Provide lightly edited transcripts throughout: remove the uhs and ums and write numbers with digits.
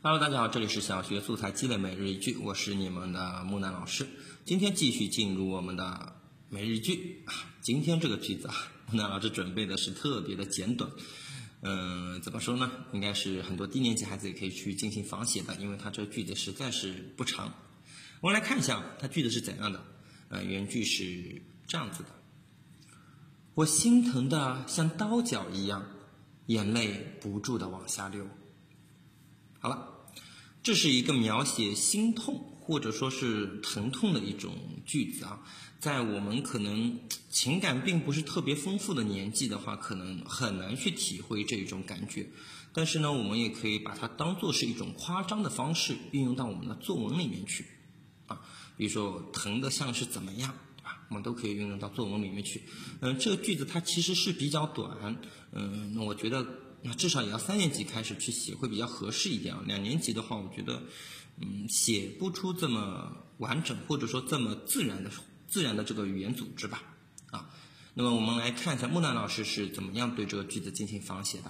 Hello， 大家好，这里是小学素材积累每日一句，我是你们的木南老师。今天继续进入我们的每日一句。今天这个句子木南老师准备的是特别的简短。怎么说呢？应该是很多低年级孩子也可以去进行仿写的，因为它这个句子实在是不长。我们来看一下它句子是怎样的。原句是这样子的：我心疼的像刀绞一样，眼泪不住的往下流。好了，这是一个描写心痛或者说是疼痛的一种句子啊。在我们可能情感并不是特别丰富的年纪的话，可能很难去体会这种感觉。但是呢，我们也可以把它当作是一种夸张的方式运用到我们的作文里面去啊。比如说疼的像是怎么样，对吧？我们都可以运用到作文里面去。这个句子它其实是比较短，那我觉得至少也要3年级开始去写会比较合适一点啊。2年级的话，我觉得写不出这么完整或者说这么自然的这个语言组织吧啊。那么我们来看一下木南老师是怎么样对这个句子进行仿写的。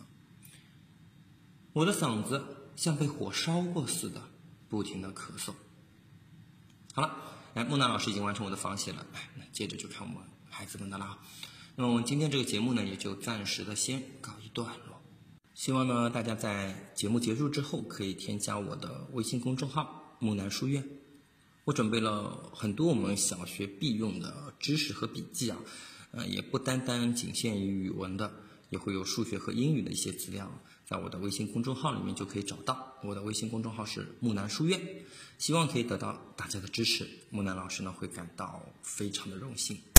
我的嗓子像被火烧过似的，不停地咳嗽。好了，木南老师已经完成我的仿写了，那接着就看我们孩子们的了。那么我们今天这个节目呢，也就暂时的先告一段落。希望呢大家在节目结束之后可以添加我的微信公众号木南书院。我准备了很多我们小学必用的知识和笔记啊，也不单单仅限于语文的，也会有数学和英语的一些资料，在我的微信公众号里面就可以找到。我的微信公众号是木南书院，希望可以得到大家的支持，木南老师呢会感到非常的荣幸。